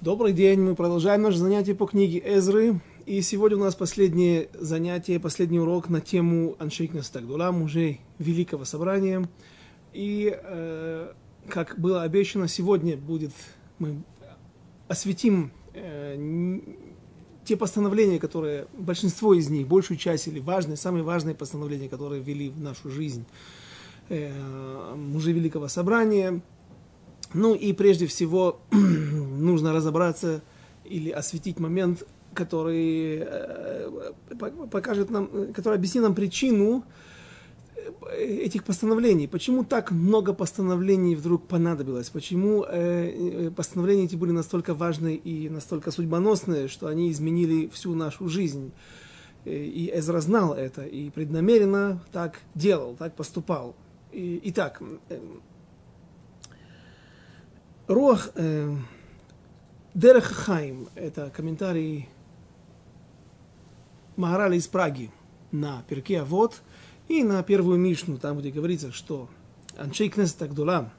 Добрый день, мы продолжаем наше занятие по книге Эзры. И сегодня у нас последнее занятие, последний урок на тему Аншей Кнесет Агдула, мужей Великого Собрания. И, как было обещано, сегодня мы осветим те постановления, которые, большинство из них, большую часть или самые важные постановления, которые ввели в нашу жизнь мужи Великого Собрания. Ну и прежде всего нужно разобраться или осветить момент, который покажет нам, который объяснит нам причину этих постановлений. Почему так много постановлений вдруг понадобилось? Почему постановления эти были настолько важны и настолько судьбоносные, что они изменили всю нашу жизнь? И Эзра знал это и преднамеренно так делал, так поступал. Итак, Руах Дерех Хаим – это комментарий Магараля из Праги на Перке Авот и на первую Мишну, там, где говорится, что Аншей Кнесет Агдула,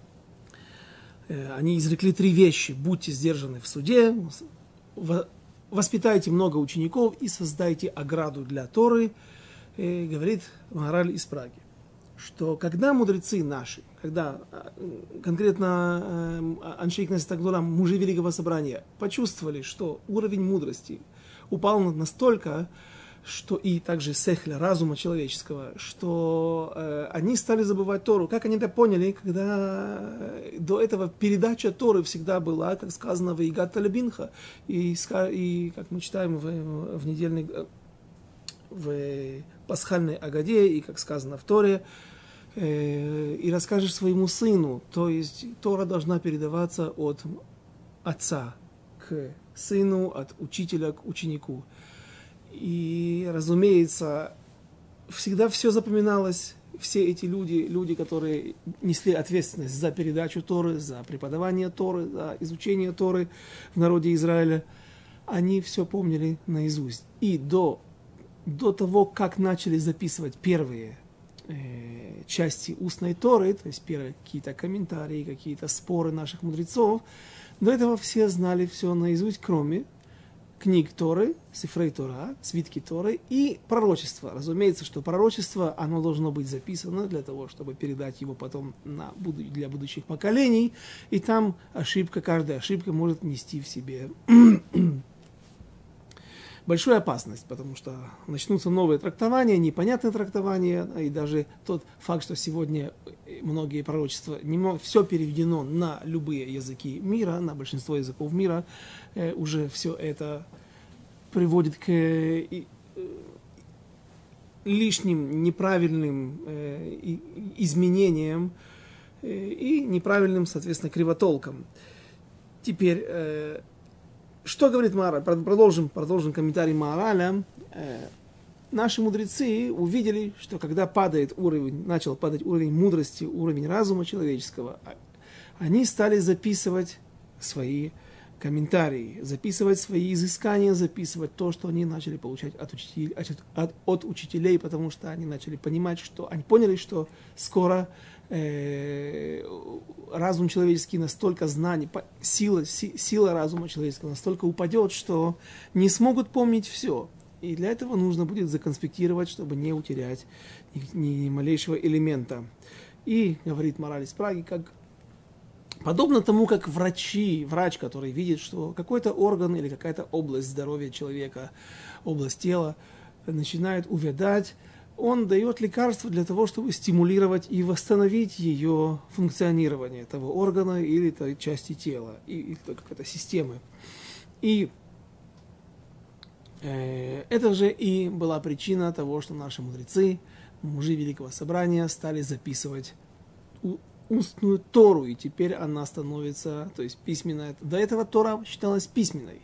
они изрекли 3 вещи: будьте сдержаны в суде, воспитайте много учеников и создайте ограду для Торы, говорит Магараль из Праги, что когда мудрецы наши, когда конкретно Аншей Кнесет Агдула, мужи Великого Собрания, почувствовали, что уровень мудрости упал настолько, что и также сехля, разума человеческого, что они стали забывать Тору. Как они это поняли, когда до этого передача Торы всегда была, как сказано, в Игат Талебинха, и как мы читаем в недельной, в пасхальной Агаде, и как сказано в Торе, и расскажешь своему сыну, то есть Тора должна передаваться от отца к сыну, от учителя к ученику. И, разумеется, всегда все запоминалось, все эти люди, которые несли ответственность за передачу Торы, за преподавание Торы, за изучение Торы в народе Израиля, они все помнили наизусть. И до того, как начали записывать первые части устной Торы, то есть первые какие-то комментарии, какие-то споры наших мудрецов, до этого все знали все наизусть, кроме книг Торы, Сифрей Тора, свитки Торы и пророчества. Разумеется, что пророчество, оно должно быть записано для того, чтобы передать его потом для будущих поколений, и там каждая ошибка может нести в себе большую опасность, потому что начнутся новые трактования, непонятные трактования, и даже тот факт, что сегодня многие пророчества, все переведено на любые языки мира, на большинство языков мира, уже все это приводит к лишним неправильным изменениям и неправильным, соответственно, кривотолкам. Теперь, что говорит Магараль? Продолжим комментарий Магараля. Наши мудрецы увидели, что когда начал падать уровень мудрости, уровень разума человеческого, они стали записывать свои комментарии, записывать свои изыскания, записывать то, что они начали получать от учителей, потому что они начали понимать, они поняли, что скоро разум человеческий настолько сила разума человеческого настолько упадет, что не смогут помнить все. И для этого нужно будет законспектировать, чтобы не утерять ни малейшего элемента. И, говорит Магараль из Праги, подобно тому, как врач, который видит, что какой-то орган или какая-то область здоровья человека, область тела начинает увядать, он дает лекарства для того, чтобы стимулировать и восстановить ее функционирование, того органа или той части тела, или какой-то системы. И это же и была причина того, что наши мудрецы, мужи Великого Собрания, стали записывать устную Тору, и теперь она становится, то есть письменная. До этого Тора считалась письменной.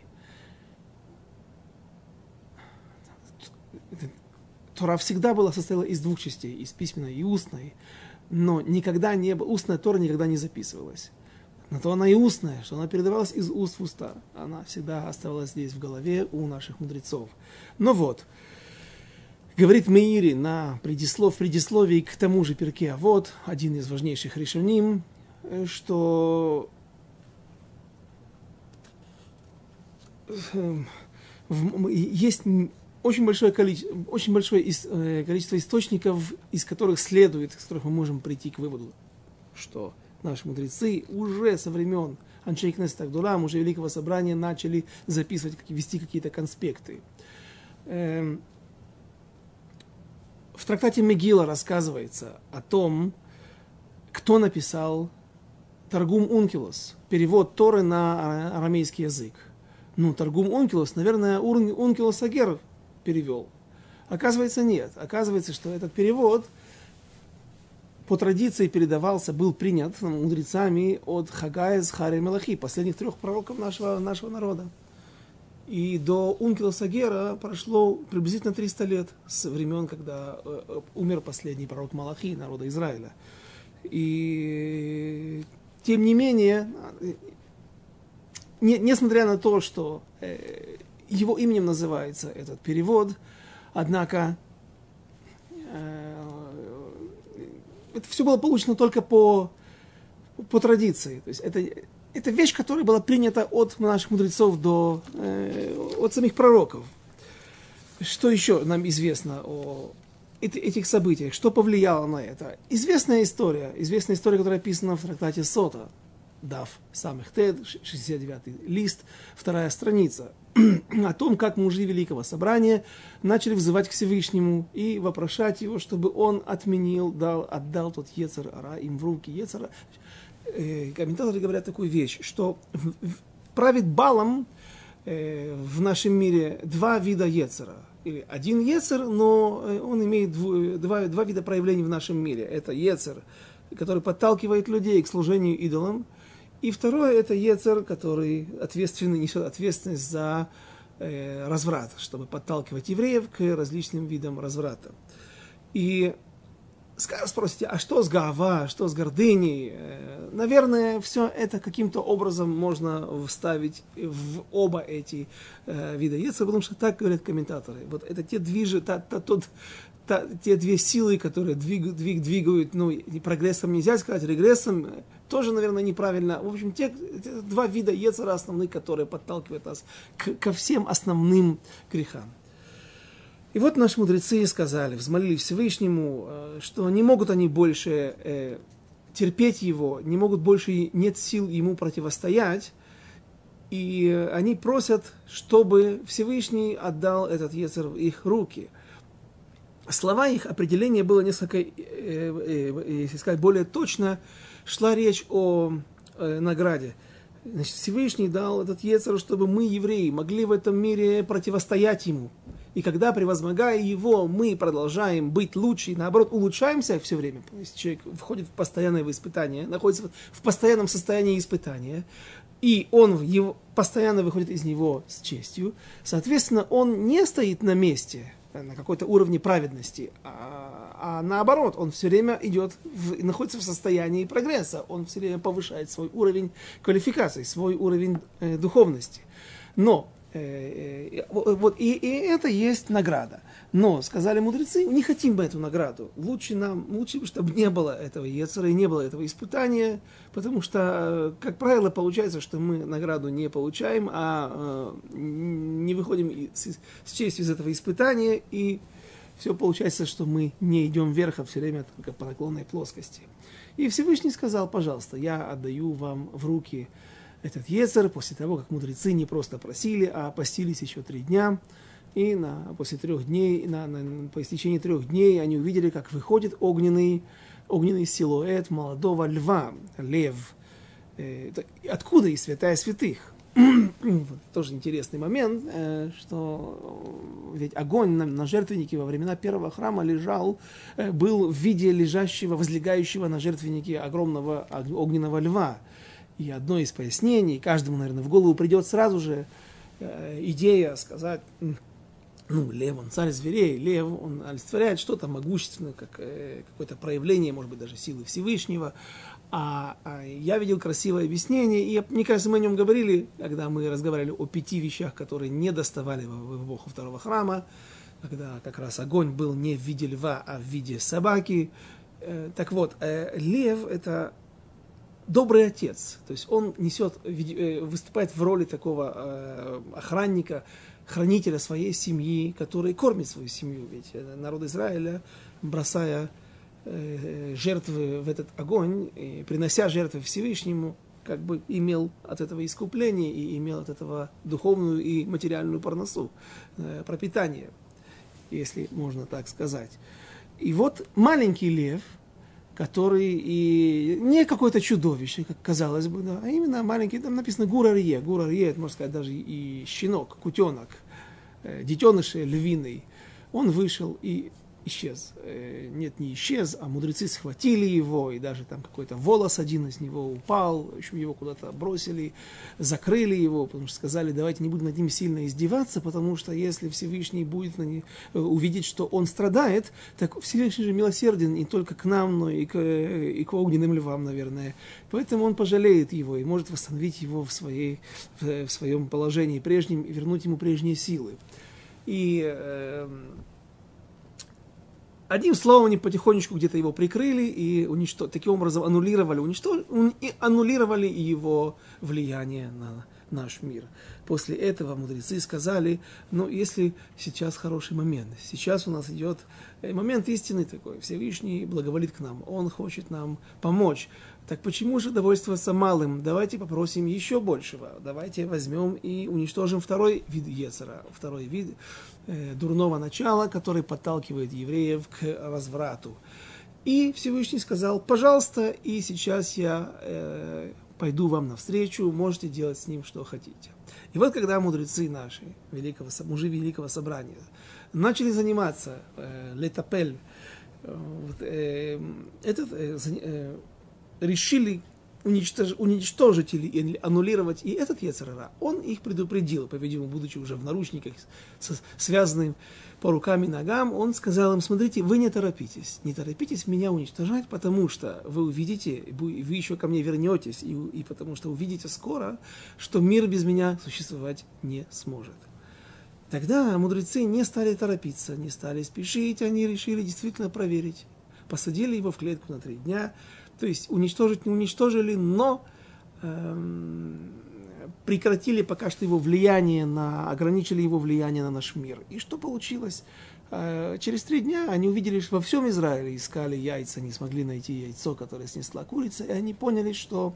Тора всегда состояла из 2 частей, из письменной и устной, но устная Тора никогда не записывалась. Но то она и устная, что она передавалась из уст в уста. Она всегда оставалась здесь в голове у наших мудрецов. Но вот, говорит Меири в предисловии к тому же Перке Авот, один из важнейших решоним, что есть очень большое количество источников, из которых следует, из которых мы можем прийти к выводу, что наши мудрецы уже со времен Аншей Кнессет Агдулам, уже Великого Собрания, начали записывать, вести какие-то конспекты. В трактате Мегила рассказывается о том, кто написал Таргум Ункилос, перевод Торы на арамейский язык. Таргум Ункилос, наверное, Ункилос Агер перевел. Оказывается, нет. Оказывается, что этот перевод по традиции передавался, был принят мудрецами от Хагая, Захария и Мелахи, последних 3 пророков нашего народа. И до Ункилос Агера прошло приблизительно 300 лет с времен, когда умер последний пророк Малахи, народа Израиля. И тем не менее, несмотря на то, что его именем называется этот перевод, однако это все было получено только по традиции. То есть это вещь, которая была принята от наших мудрецов от самих пророков. Что еще нам известно о этих событиях? Что повлияло на это? Известная история, которая описана в трактате Сота. Дав самых Тед, 69-й лист, 2-я страница. О том, как мужи Великого Собрания начали взывать к Всевышнему и вопрошать его, чтобы он отдал тот Йецер Ара им в руки. Йецер. Комментаторы говорят такую вещь, что правит балом в нашем мире 2 вида Йецера. Или один Йецер, но он имеет два вида проявлений в нашем мире. Это Йецер, который подталкивает людей к служению идолам. И второе, это Йецер, который несет ответственность за разврат, чтобы подталкивать евреев к различным видам разврата. И спросите, а что с Гаава, что с гордыней? Наверное, все это каким-то образом можно вставить в оба эти вида Йецера, потому что так говорят комментаторы. Вот это те две силы, которые двигают, прогрессом нельзя сказать, регрессом тоже, наверное, неправильно. В общем, те 2 вида Йецера основных, которые подталкивают нас ко всем основным грехам. И вот наши мудрецы сказали, взмолились Всевышнему, что не могут они больше терпеть его, не могут больше, нет сил ему противостоять. И они просят, чтобы Всевышний отдал этот Йецер в их руки. Слова их, определение было несколько, если сказать более точно, шла речь о награде. Значит, Всевышний дал этот Йецер, чтобы мы, евреи, могли в этом мире противостоять ему. И когда, превозмогая его, мы продолжаем быть лучше, и наоборот, улучшаемся все время. Если человек входит в постоянное испытание, находится в постоянном состоянии испытания, и он постоянно выходит из него с честью, соответственно, он не стоит на месте, на какой-то уровне праведности, а наоборот, он все время находится в состоянии прогресса, он все время повышает свой уровень квалификации, свой уровень духовности. Но и это есть награда. Но, сказали мудрецы, не хотим бы эту награду. Лучше, чтобы не было этого Йецера и не было этого испытания, потому что, как правило, получается, что мы награду не получаем, а не выходим с честью из этого испытания, и все получается, что мы не идем вверх, а все время только по наклонной плоскости. И Всевышний сказал, пожалуйста, я отдаю вам в руки этот Йецер, после того, как мудрецы не просто просили, а постились еще 3 дня. И после 3 дней, по истечении 3 дней они увидели, как выходит огненный силуэт молодого льва, лев. Откуда и святая святых? Тоже интересный момент, что ведь огонь на жертвеннике во времена первого храма был в виде лежащего, возлегающего на жертвеннике огромного огненного льва. И одно из пояснений, каждому, наверное, в голову придет сразу же идея сказать, лев, он царь зверей, лев, он олицетворяет что-то могущественное, как какое-то проявление, может быть, даже силы Всевышнего. А я видел красивое объяснение, и мне кажется, мы о нем говорили, когда мы разговаривали о 5 вещах, которые не доставали в эпоху второго храма, когда как раз огонь был не в виде льва, а в виде собаки. Так вот, лев – это добрый отец. То есть он выступает в роли такого охранника, хранителя своей семьи, который кормит свою семью. Ведь народ Израиля, бросая жертвы в этот огонь, и принося жертвы Всевышнему, как бы имел от этого искупление и имел от этого духовную и материальную парносу, пропитание, если можно так сказать. И вот маленький лев, который и не какое-то чудовище, как казалось бы, да, а именно маленький, там написано гур-арье. Гур-арье, это, можно сказать, даже и щенок, кутенок, детеныш львиный. Он вышел и исчез. Нет, не исчез, а мудрецы схватили его, и даже там какой-то волос один из него упал, в общем, его куда-то бросили, закрыли его, потому что сказали, давайте не будем над ним сильно издеваться, потому что если Всевышний будет увидеть, что он страдает, так Всевышний же милосерден не только к нам, но и к огненным львам, наверное. Поэтому он пожалеет его и может восстановить его в своем положении прежнем и вернуть ему прежние силы. И одним словом, они потихонечку где-то его прикрыли и таким образом аннулировали его влияние на наш мир. После этого мудрецы сказали, если сейчас хороший момент, сейчас у нас идет момент истины такой, Всевышний благоволит к нам, Он хочет нам помочь. Так почему же довольствоваться малым? Давайте попросим еще большего. Давайте возьмем и уничтожим второй вид Йецера, второй вид дурного начала, который подталкивает евреев к разврату. И Всевышний сказал, пожалуйста, и сейчас я пойду вам навстречу, можете делать с ним что хотите. И вот когда мудрецы наши, мужи Великого Собрания, начали заниматься летапель, решили уничтожить или аннулировать и этот Йецер ара, он их предупредил, по-видимому, будучи уже в наручниках, связанным по рукам и ногам, он сказал им, смотрите, вы не торопитесь меня уничтожать, потому что вы увидите, вы еще ко мне вернетесь, и потому что увидите скоро, что мир без меня существовать не сможет. Тогда мудрецы не стали торопиться, не стали спешить, они решили действительно проверить. Посадили его в клетку на 3 дня, то есть уничтожить не уничтожили, но прекратили пока что его влияние ограничили его влияние на наш мир. И что получилось? Через 3 дня они увидели, что во всем Израиле искали яйца, не смогли найти яйцо, которое снесла курица, и они поняли, что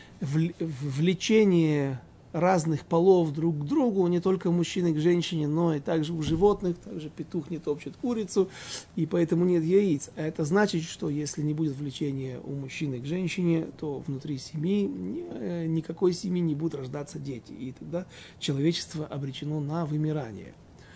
влечение разных полов друг к другу, не только мужчины к женщине, но и также у животных, также петух не топчет курицу, и поэтому нет яиц. А это значит, что если не будет влечения у мужчины к женщине, то внутри семьи, никакой семьи не будут рождаться дети, и тогда человечество обречено на вымирание.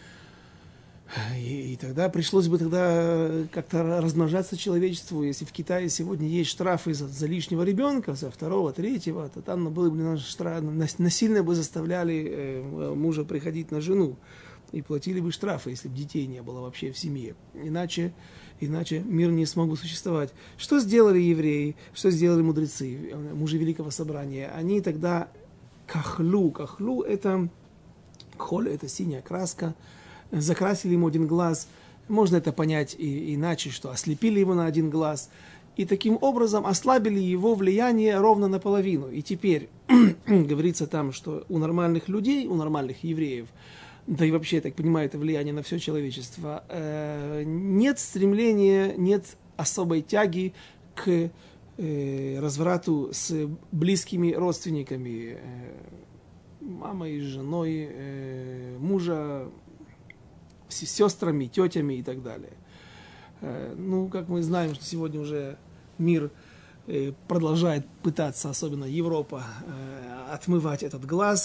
И тогда пришлось бы как-то размножаться человечеству. Если в Китае сегодня есть штрафы за лишнего ребенка, за 2-го, 3-го, то там было бы насильно бы заставляли мужа приходить на жену и платили бы штрафы, если бы детей не было вообще в семье. Иначе мир не смог бы существовать. Что сделали евреи, что сделали мудрецы, мужи Великого Собрания? Они тогда кахлу это кхоль, это синяя краска, закрасили ему 1 глаз, можно это понять иначе, что ослепили его на 1 глаз, и таким образом ослабили его влияние ровно наполовину. И теперь говорится там, что у нормальных людей, у нормальных евреев, да и вообще, я так понимаю, это влияние на все человечество, нет стремления, нет особой тяги к разврату с близкими родственниками, мамой, женой, мужа, с сестрами, тетями и так далее. Как мы знаем, что сегодня уже мир продолжает пытаться, особенно Европа, отмывать этот глаз,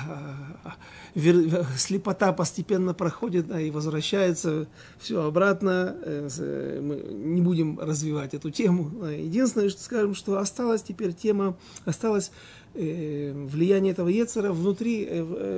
слепота постепенно проходит и возвращается все обратно. Мы не будем развивать эту тему. Единственное, что скажем, что осталась теперь осталось влияние этого Йецера внутри,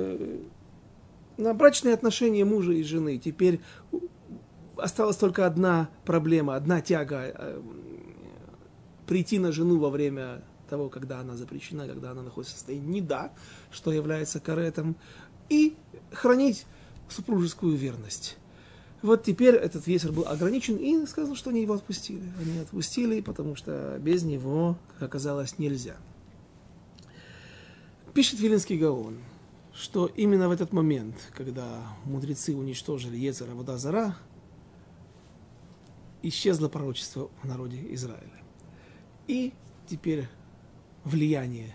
на брачные отношения мужа и жены. Теперь осталась только одна проблема, одна тяга прийти на жену во время того, когда она запрещена, когда она находится в состоянии нида, что является каретом, и хранить супружескую верность. Вот теперь этот ветер был ограничен, и сказано, что они его отпустили. Они отпустили, потому что без него, как оказалось, нельзя. Пишет Вилинский Гаон, что именно в этот момент, когда мудрецы уничтожили Йецер а-Авода зара, исчезло пророчество в народе Израиля. И теперь влияние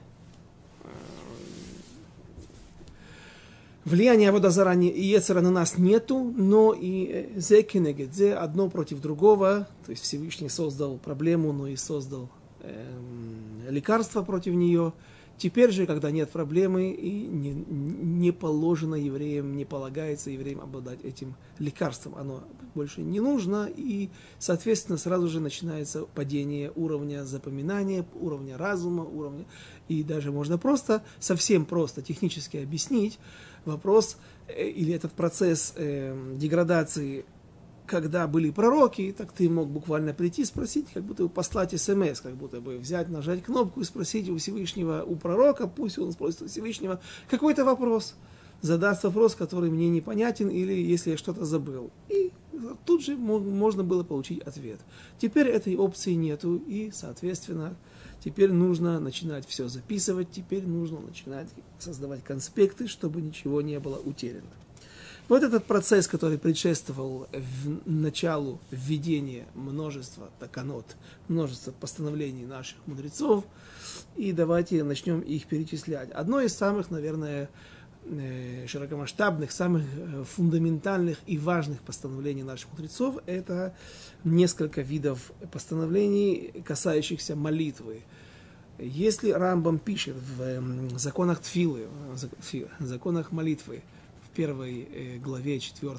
Авода зара и Йецера на нас нету, но и зе кенегед зе, одно против другого, то есть Всевышний создал проблему, но и создал лекарство против нее. Теперь же, когда нет проблемы, и не положено евреям, не полагается евреям обладать этим лекарством, оно больше не нужно, и, соответственно, сразу же начинается падение уровня запоминания, уровня разума, уровня, и даже можно просто, совсем просто технически объяснить вопрос, или этот процесс деградации. Когда были пророки, так ты мог буквально прийти, спросить, как будто бы послать СМС, как будто бы взять, нажать кнопку и спросить у Всевышнего, у пророка, пусть он спросит у Всевышнего какой-то вопрос, задаст вопрос, который мне непонятен, или если я что-то забыл. И тут же можно было получить ответ. Теперь этой опции нету, и, соответственно, теперь нужно начинать все записывать, теперь нужно начинать создавать конспекты, чтобы ничего не было утеряно. Вот этот процесс, который предшествовал началу введения множества таканот, множества постановлений наших мудрецов, и давайте начнем их перечислять. Одно из самых, наверное, широкомасштабных, самых фундаментальных и важных постановлений наших мудрецов – это несколько видов постановлений, касающихся молитвы. Если Рамбам пишет в законах Тфилы, законах молитвы, в первой главе 4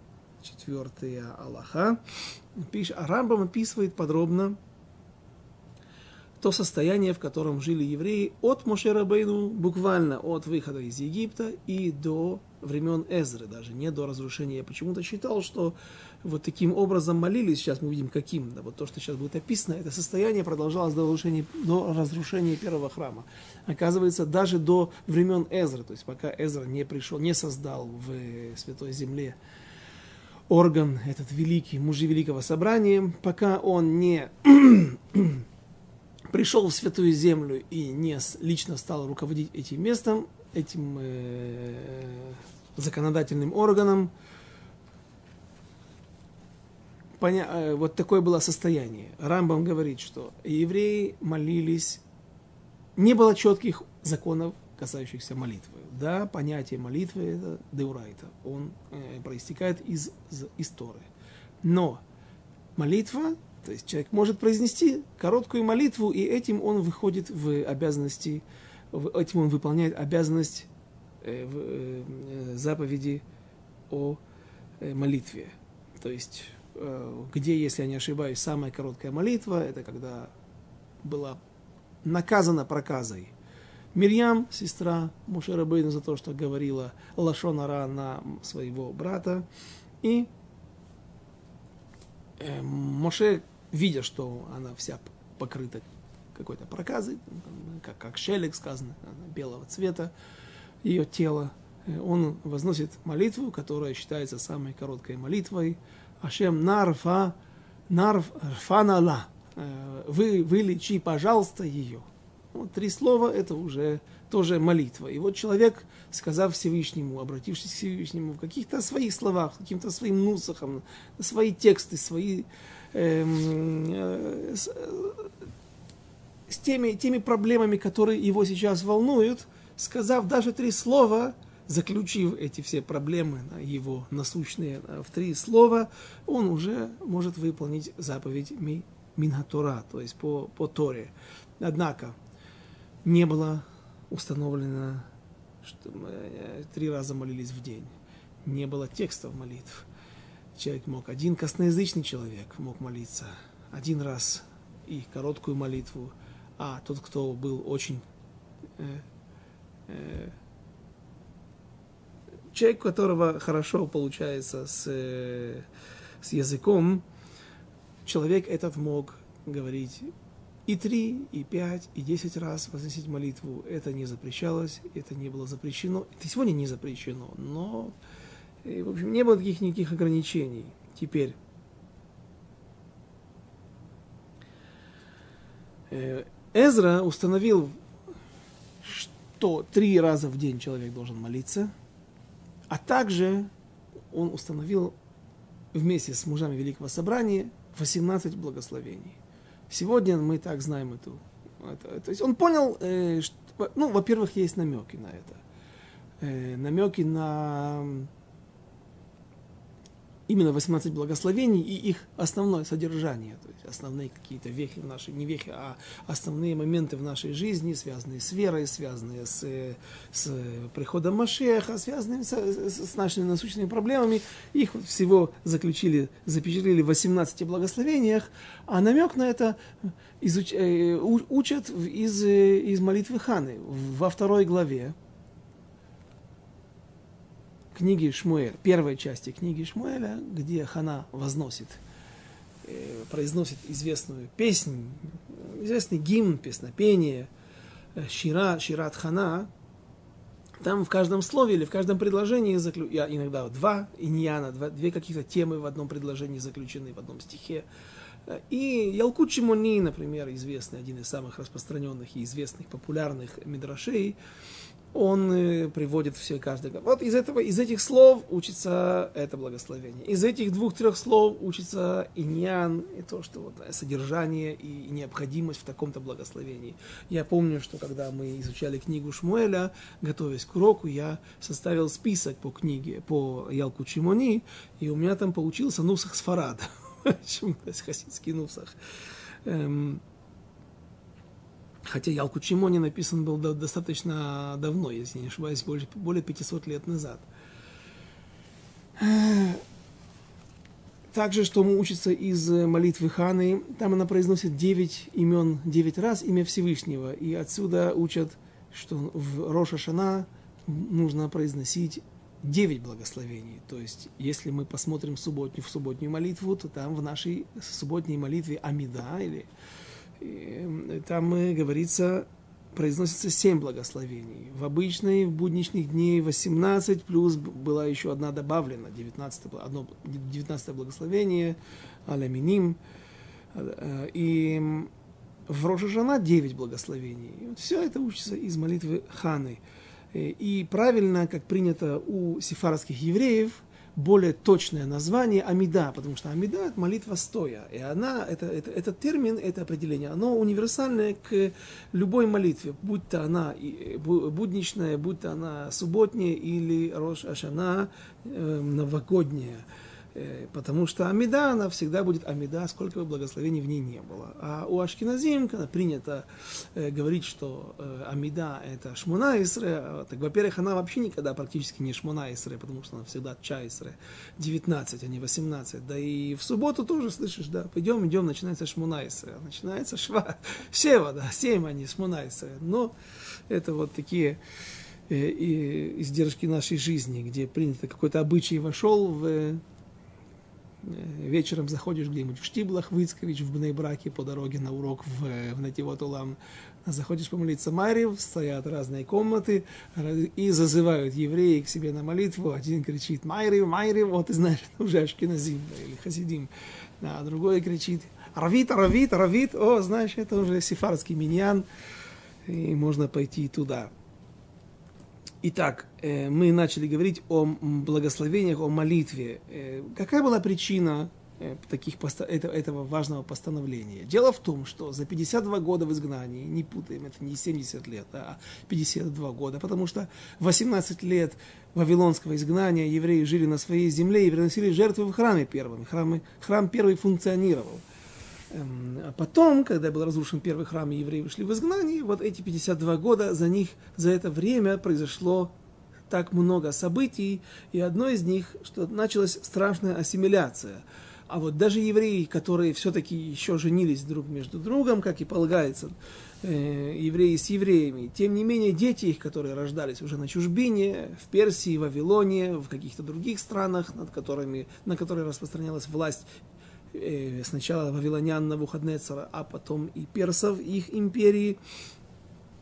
Алаха, Рамбам описывает подробно то состояние, в котором жили евреи от Моше Рабейну, буквально от выхода из Египта и до времен Эзры, даже не до разрушения. Я почему-то считал, что вот таким образом молились, сейчас мы видим каким, да, вот то, что сейчас будет описано, это состояние продолжалось до разрушения первого храма. Оказывается, даже до времен Эзры, то есть пока Эзра не пришел, не создал в Святой Земле орган, этот великий, мужи Великого Собрания, пока он не пришел в Святую Землю и не лично стал руководить этим местом, этим законодательным органом, вот такое было состояние. Рамбам говорит, что евреи молились, не было четких законов, касающихся молитвы. Да, понятие молитвы – это деурайта, он проистекает из Торы. Но молитва, то есть человек может произнести короткую молитву, и этим он выходит в обязанности, этим он выполняет обязанность заповеди о молитве. То есть, где, если я не ошибаюсь, самая короткая молитва, это когда была наказана проказой Мирьям, сестра Моше Рабейну, за то, что говорила лашон ара на своего брата. И Моше, видя, что она вся покрыта какой-то проказой, как шелег сказано, белого цвета, ее тело, он возносит молитву, которая считается самой короткой молитвой. Ашем нарфанала. Вылечи, пожалуйста, ее. Вот 3 слова, это уже тоже молитва. И вот человек, сказав Всевышнему, обратившись к Всевышнему в каких-то своих словах, каким-то своим нусахом, свои тексты, свои с теми проблемами, которые его сейчас волнуют, сказав даже 3 слова, заключив эти все проблемы, его насущные в 3 слова, он уже может выполнить заповедь Минха-Тора, то есть по Торе. Однако не было установлено, что 3 раза молились в день. Не было текстов молитв. Человек мог, один косноязычный человек мог молиться 1 раз и короткую молитву, а тот, кто был очень человек, у которого хорошо получается с языком, человек этот мог говорить и 3, и 5, и 10 раз возносить молитву. Это не запрещалось, это не было запрещено. Это сегодня не запрещено, но И, в общем, не было таких никаких ограничений. Теперь Эзра установил, что 3 раза в день человек должен молиться, а также он установил вместе с мужами Великого Собрания 18 благословений. Сегодня мы так знаем это. То есть он понял, что, ну, во-первых, есть намеки на это. Намеки на именно 18 благословений и их основное содержание, то есть основные какие-то вехи в нашей, не вехи, а основные моменты в нашей жизни, связанные с верой, связанные с приходом Машеха, связанные с нашими насущными проблемами, их всего запечатлели в 18 благословениях, а намек на это учат из молитвы Ханы во 2 главе книги Шмуэль, первой части книги Шмуэля, где Хана произносит известную песнь, известный гимн, песнопение, Шират Хана. Там в каждом слове или в каждом предложении, иногда 2 иньяна, 2 каких-то темы в одном предложении заключены, в одном стихе. И Ялкут Шимони, например, известный, один из самых распространенных и известных, популярных мидрашей, он приводит все каждый. Вот из этих слов учится это благословение. Из этих 2-3 слов учится иньян, и то, что вот содержание и необходимость в таком-то благословении. Я помню, что когда мы изучали книгу Шмуэля, готовясь к уроку, я составил список по книге, по Ялкут Шимони, и у меня там получился нусах Сфарад. Хасидский нусах. Хотя Ялкут Шимони написан был достаточно давно, если не ошибаюсь, более 500 лет назад. Также, что учится из молитвы Ханы, там она произносит 9 имен, 9 раз имя Всевышнего. И отсюда учат, что в Рош ха-Шана нужно произносить 9 благословений. То есть, если мы посмотрим в субботнюю молитву, то там в нашей субботней молитве Амида, там говорится, произносится 7 благословений. В обычной, в будничных дней 18, плюс была еще одна добавлена, 19 благословение, Аляминим. И в Рош ха-Шана 9 благословений. И вот все это учится из молитвы Ханы. И правильно, как принято у сефардских евреев, более точное название Амида, потому что Амида – это молитва стоя. И этот термин, это определение, оно универсальное к любой молитве, будь то она будничная, будь то она субботняя или Рош ха-Шана новогодняя. Потому что Амида, она всегда будет Амида, сколько бы благословений в ней не было. А у ашкеназим принято говорить, что Амида – это Шмона Исре. Так, во-первых, она вообще никогда практически не Шмона Исре, потому что она всегда Ча Исре, 19, а не 18. Да и в субботу тоже слышишь, да, идем, начинается Шмона Исре, начинается Шева, да, 7, а не Шмона Исре. Но это вот такие издержки нашей жизни, где принято какой-то обычай вошел вечером заходишь где-нибудь в Штиблах, в Ицкович, в Бней-Браке по дороге на урок в Нативот Улам, заходишь помолиться Майрив, стоят разные комнаты и зазывают евреи к себе на молитву. Один кричит Майрив, Майрив, вот ты знаешь, это уже ашкеназим или хасидим, а другой кричит Равит, Равит, Равит, о, знаешь, это уже сефардский миньян, и можно пойти туда. Итак, мы начали говорить о благословениях, о молитве. Какая была причина этого важного постановления? Дело в том, что за 52 года в изгнании, не путаем, это не 70 лет, а 52 года, потому что 18 лет вавилонского изгнания евреи жили на своей земле и приносили жертвы в храме первом. Храм первый функционировал. А потом, когда был разрушен первый храм и евреи вышли в изгнание, вот эти 52 года за это время произошло так много событий, и одно из них, что началась страшная ассимиляция. А вот даже евреи, которые все-таки еще женились друг между другом, как и полагается, евреи с евреями, тем не менее дети их, которые рождались уже на чужбине, в Персии, в Вавилоне, в каких-то других странах, на которые распространялась власть сначала вавилонян Навуходнецера, а потом и персов, их империи,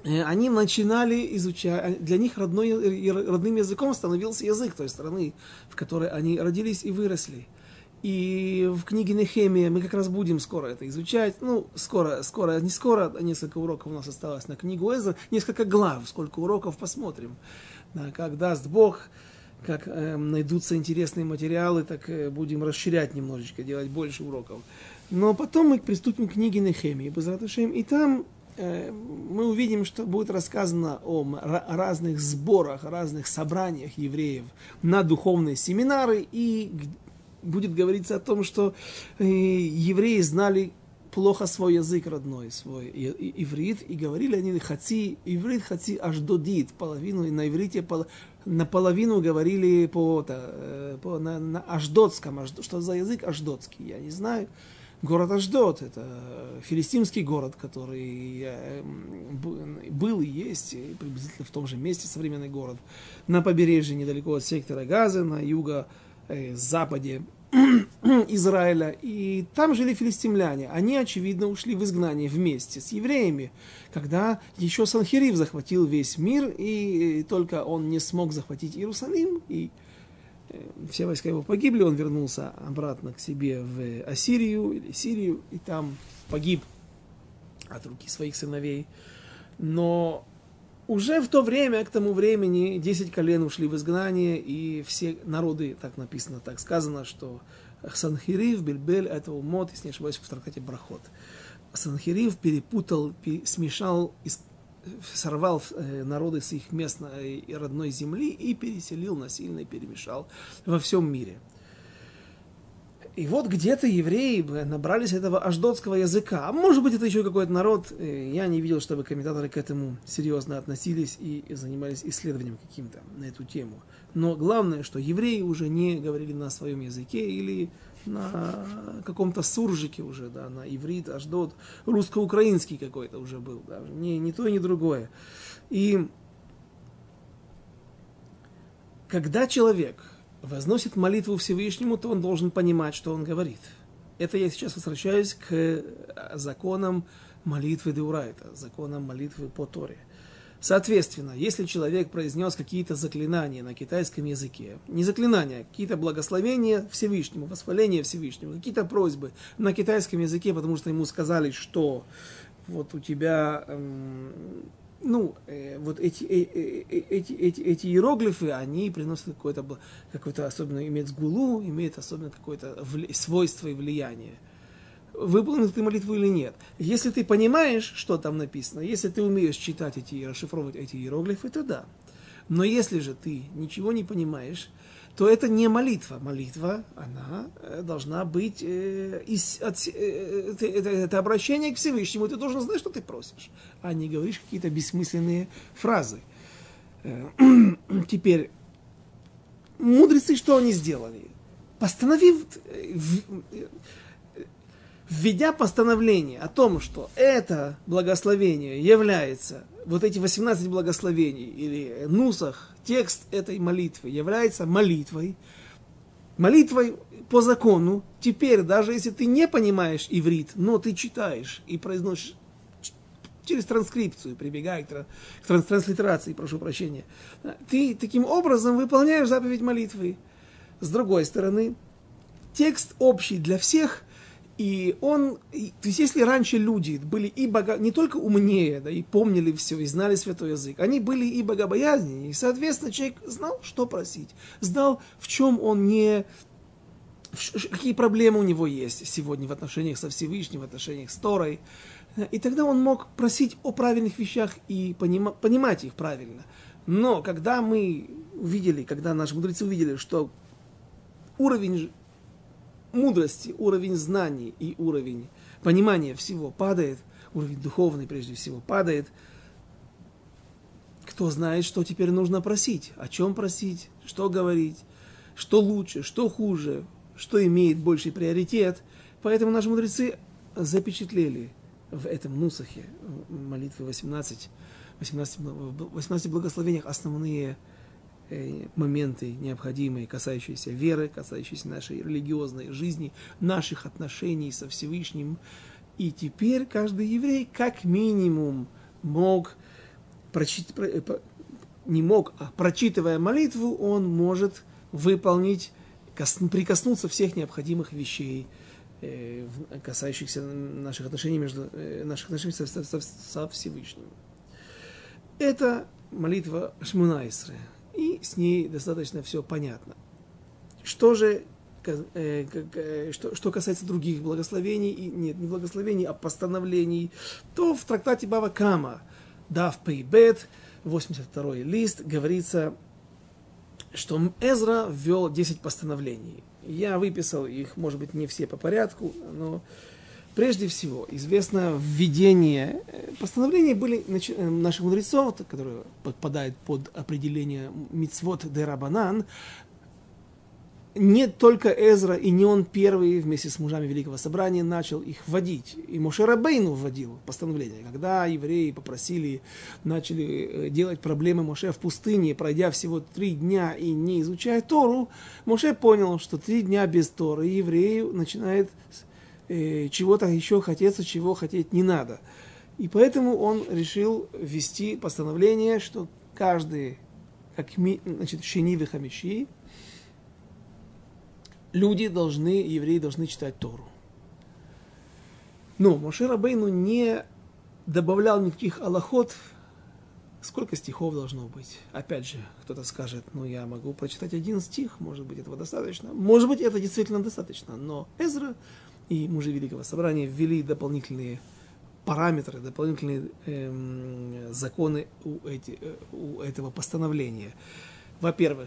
они начинали изучать, для них родным языком становился язык той страны, в которой они родились и выросли. И в книге Нехемия мы как раз будем скоро это изучать. Ну, не скоро, несколько уроков у нас осталось на книгу Эзра, несколько глав, сколько уроков посмотрим. Да, как даст Бог, как найдутся интересные материалы, так будем расширять немножечко, делать больше уроков. Но потом мы приступим к книге Нехемии, Безрат Ашем, и там мы увидим, что будет рассказано о разных сборах, разных собраниях евреев на духовные семинары, и будет говориться о том, что евреи знали плохо свой язык родной, свой иврит, и говорили они хаци иврит, хаци аждодит, половину, и на иврите наполовину говорили на аждотском. Что за язык аждотский, я не знаю. Город Аждот, это филистимский город, который был и есть, и приблизительно в том же месте современный город, на побережье недалеко от сектора Газа, на юго-западе Израиля. И там жили филистимляне. Они, очевидно, ушли в изгнание вместе с евреями, когда еще Санхерив захватил весь мир, и только он не смог захватить Иерусалим, и все войска его погибли, он вернулся обратно к себе в Ассирию или Сирию, и там погиб от руки своих сыновей. Но уже в то время, к тому времени, 10 колен ушли в изгнание, и все народы, так написано, так сказано, что Санхерив, Бельбель, это умот, если не ошибаюсь, в трактате Брахот. Санхерив перепутал, смешал, сорвал народы с их местной и родной земли и переселил насильно и перемешал во всем мире. И вот где-то евреи набрались этого аждотского языка. А может быть, это еще какой-то народ. Я не видел, чтобы комментаторы к этому серьезно относились и занимались исследованием каким-то на эту тему. Но главное, что евреи уже не говорили на своем языке или на каком-то суржике уже, да, на иврит, аждот, русско-украинский какой-то уже был, да, не то и не другое. И когда человек возносит молитву Всевышнему, то он должен понимать, что он говорит. Это я сейчас возвращаюсь к законам молитвы деурайта, законам молитвы по Торе. Соответственно, если человек произнес какие-то заклинания на китайском языке, не заклинания, какие-то благословения Всевышнему, восхваления Всевышнему, какие-то просьбы на китайском языке, потому что ему сказали, что вот у тебя, вот эти иероглифы, они приносят какой-то особенный, имеют сгулу, имеют особенное какое-то свойство и влияние. Выполнил ты молитву или нет. Если ты понимаешь, что там написано, если ты умеешь читать и расшифровывать эти иероглифы, то да. Но если же ты ничего не понимаешь, то это не молитва. Молитва, она должна быть, это обращение к Всевышнему, ты должен знать, что ты просишь, а не говоришь какие-то бессмысленные фразы. Теперь, мудрецы, что они сделали? Введя постановление о том, что это благословение является, вот эти 18 благословений, или нусах, текст этой молитвы является молитвой по закону. Теперь, даже если ты не понимаешь иврит, но ты читаешь и произносишь через транскрипцию, прибегая к транслитерации, прошу прощения, ты таким образом выполняешь заповедь молитвы. С другой стороны, текст общий для всех. И то есть, если раньше люди были не только умнее, да, и помнили все, и знали святой язык, они были и богобоязненнее, и, соответственно, человек знал, что просить, знал, в чем он какие проблемы у него есть сегодня в отношениях со Всевышним, в отношениях с Торой. И тогда он мог просить о правильных вещах и понимать их правильно. Но когда наши мудрецы увидели, что уровень мудрости, уровень знаний и уровень понимания всего падает, уровень духовный прежде всего падает, кто знает, что теперь нужно просить, о чем просить, что говорить, что лучше, что хуже, что имеет больший приоритет. Поэтому наши мудрецы запечатлели в этом нусахе молитвы 18 благословениях основные моменты необходимые, касающиеся веры, касающиеся нашей религиозной жизни, наших отношений со Всевышним. И теперь каждый еврей как минимум мог не мог, а прочитывая молитву, он может выполнить, прикоснуться всех необходимых вещей, касающихся наших отношений со Всевышним. Это молитва Шмона Эсре, и с ней достаточно все понятно. Что же, что касается других благословений, не благословений, а постановлений, то в трактате Бава Кама, Дав Пейбет, 82-й лист, говорится, что Эзра ввел 10 постановлений. Я выписал их, может быть, не все по порядку, но прежде всего известно введение. Постановления были наших мудрецов, которые подпадают под определение мицвот де рабанан. Не только Эзра, и не он первый вместе с мужами Великого Собрания начал их вводить. И Моше Рабейну вводил постановление. Когда евреи начали делать проблемы Моше в пустыне, пройдя всего 3 дня и не изучая Тору, Моше понял, что 3 дня без Торы еврею начинает чего-то еще хотеться, чего хотеть не надо. И поэтому он решил ввести постановление, что каждый, шени вехамиши, евреи должны читать Тору. Но Моше Рабейну не добавлял никаких алахот, сколько стихов должно быть. Опять же, кто-то скажет, я могу прочитать 1 стих, может быть, этого достаточно. Может быть, это действительно достаточно, но Эзра и мужи Великого Собрания ввели дополнительные параметры, дополнительные законы у этого постановления. Во-первых,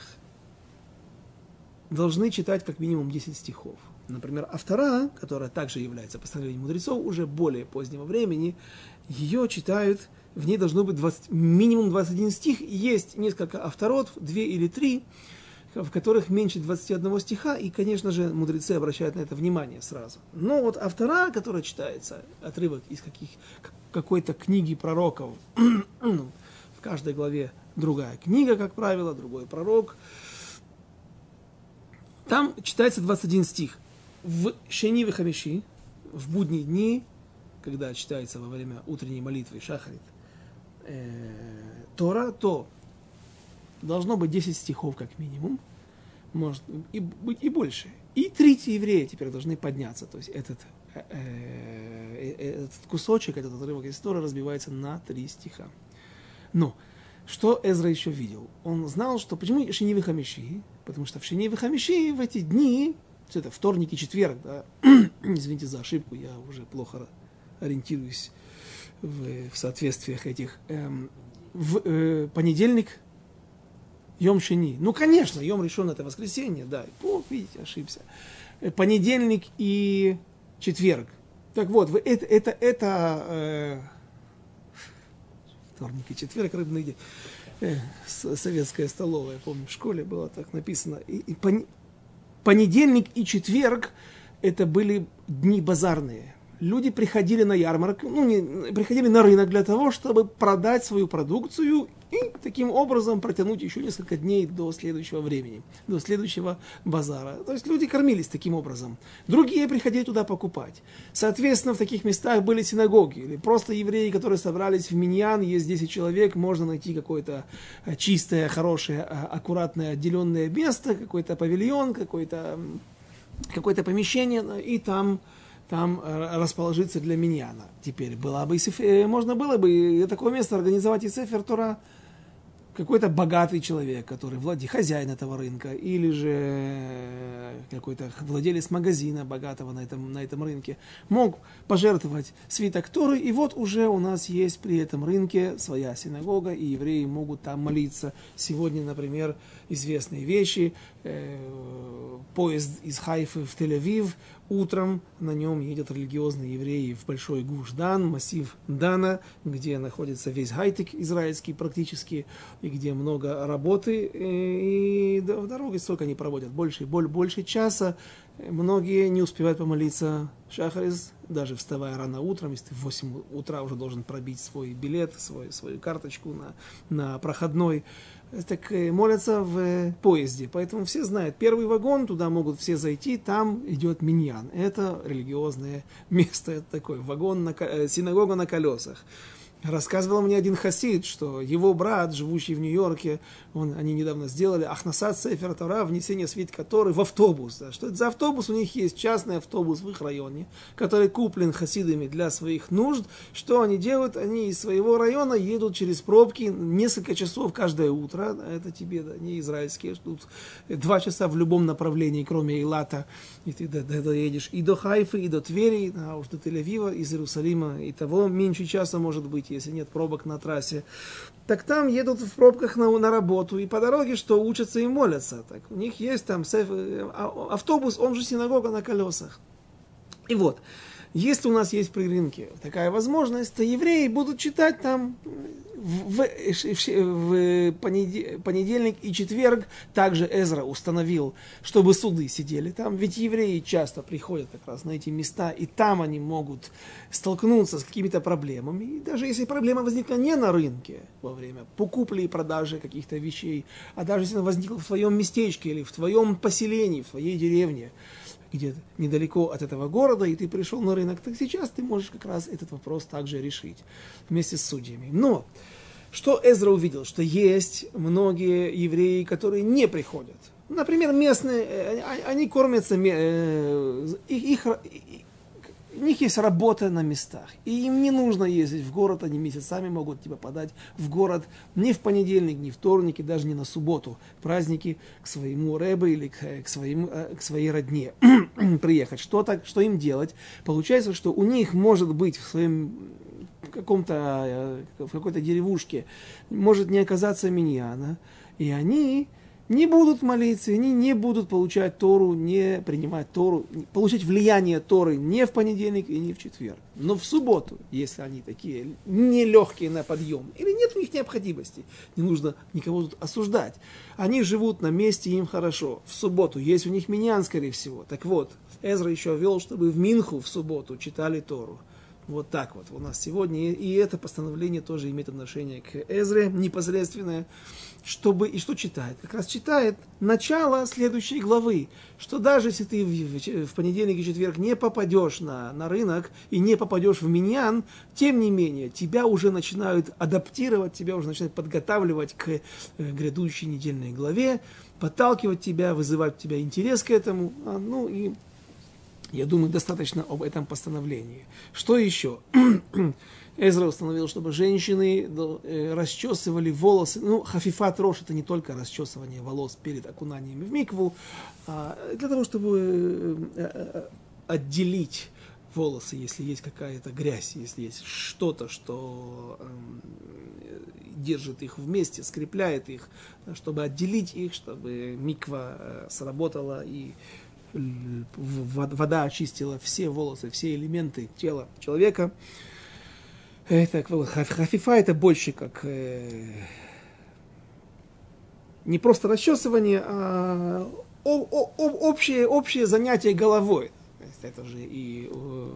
должны читать как минимум 10 стихов. Например, Автора, которая также является постановлением мудрецов уже более позднего времени, ее читают, в ней должно быть минимум 21 стих. Есть несколько авторот, 2 или 3, в которых меньше 21 стиха, и, конечно же, мудрецы обращают на это внимание сразу. Но вот Автора, которая читается, отрывок из какой-то книги пророков, в каждой главе другая книга, как правило, другой пророк, там читается 21 стих. В Шени вехамиши, в будние дни, когда читается во время утренней молитвы Шахарит Тора, то должно быть 10 стихов как минимум, может быть и больше. И 3 еврея теперь должны подняться. То есть этот кусочек, этот отрывок из Торы разбивается на 3 стиха. Но что Эзра еще видел? Он знал, что почему Шени вехамиши? Потому что в Шени вехамиши в эти дни, это вторник и четверг, да, извините за ошибку, я уже плохо ориентируюсь в соответствиях этих. В понедельник Йом Шени. Конечно, Йом Ришон это воскресенье, да. Видите, ошибся. Понедельник и четверг. Так вот, это вторник и четверг, рыбный день. Советская столовая, помню, в школе было так написано. И понедельник и четверг это были дни базарные. Люди приходили на ярмарку, приходили на рынок для того, чтобы продать свою продукцию и таким образом протянуть еще несколько дней до следующего времени, до следующего базара. То есть люди кормились таким образом. Другие приходили туда покупать. Соответственно, в таких местах были синагоги, или просто евреи, которые собрались в миньян, есть 10 человек, можно найти какое-то чистое, хорошее, аккуратное, отделенное место, какой-то павильон, какое-то помещение, и там расположиться для миньяна. Теперь можно было бы такое место организовать и Сефер Тора, какой-то богатый человек, который хозяин этого рынка, или же какой-то владелец магазина богатого на этом рынке, мог пожертвовать свиток Торы, и вот уже у нас есть при этом рынке своя синагога, и евреи могут там молиться. Сегодня, например, известные вещи, поезд из Хайфы в Тель-Авив, утром на нем едут религиозные евреи в Большой Гуш-Дан, массив Дана, где находится весь хай-тек израильский практически, и где много работы, и в дороге столько они проводят, больше часа. Многие не успевают помолиться Шахарис, даже вставая рано утром, если в 8 утра уже должен пробить свой билет, свою карточку на проходной, так молятся в поезде. Поэтому все знают, первый вагон, туда могут все зайти, там идет миньян. Это религиозное место, это такой вагон, синагога на колесах. Рассказывал мне один хасид, что его брат, живущий в Нью-Йорке, они недавно сделали Ахнасат Сефер Тора, внесение свитка Торы в автобус. Да. Что это за автобус? У них есть частный автобус в их районе, который куплен хасидами для своих нужд. Что они делают? Они из своего района едут через пробки несколько часов каждое утро. Это тебе, да, не израильские, тут 2 часа в любом направлении, кроме Эйлата. И ты доедешь и до Хайфы, и до Твери, а уж до Тель-Авива, из Иерусалима. И того меньше часа может быть, если нет пробок на трассе. Так там едут в пробках на работу, и по дороге, что учатся и молятся. Так, у них есть там автобус, он же синагога на колесах. И вот, если у нас есть при рынке такая возможность, то евреи будут читать там в понедельник и четверг. Также Эзра установил, чтобы суды сидели там. Ведь евреи часто приходят как раз на эти места, и там они могут столкнуться с какими-то проблемами. И даже если проблема возникла не на рынке во время покупки и продажи каких-то вещей, а даже если она возникла в твоем местечке или в твоем поселении, в твоей деревне, где-то недалеко от этого города, и ты пришел на рынок, так сейчас ты можешь как раз этот вопрос также решить вместе с судьями. Но что Эзра увидел? Что есть многие евреи, которые не приходят. Например, местные, они кормятся, у них есть работа на местах, и им не нужно ездить в город, они месяцами могут тебя подать в город не в понедельник, не в вторник, и даже не на субботу, праздники к своему рэбе или к своей родне приехать. Что им делать? Получается, что у них может быть в какой-то деревушке может не оказаться миньяна, и они не будут молиться, они не будут получать Тору, не принимать Тору, получать влияние Торы не в понедельник и не в четверг, но в субботу, если они такие нелегкие на подъем, или нет у них необходимости, не нужно никого тут осуждать. Они живут на месте, им хорошо. В субботу есть у них миньян, скорее всего. Так вот, Эзра еще вел, чтобы в Минху в субботу читали Тору. Вот так вот у нас сегодня. И это постановление тоже имеет отношение к Эзре непосредственное. Что читает? Как раз читает начало следующей главы. Что даже если ты в понедельник и четверг не попадешь на рынок и не попадешь в миньян, тем не менее, тебя уже начинают адаптировать, тебя уже начинают подготавливать к грядущей недельной главе, подталкивать тебя, вызывать у тебя интерес к этому. И я думаю, достаточно об этом постановлении. Что еще? Эзра установил, чтобы женщины расчесывали волосы. Хафифат рош — это не только расчесывание волос перед окунанием в микву, для того, чтобы отделить волосы, если есть какая-то грязь, если есть что-то, что держит их вместе, скрепляет их, чтобы отделить их, чтобы миква сработала и вода очистила все волосы, все элементы тела человека. Хафифа — это больше как не просто расчесывание, а общее занятие головой. Это же и,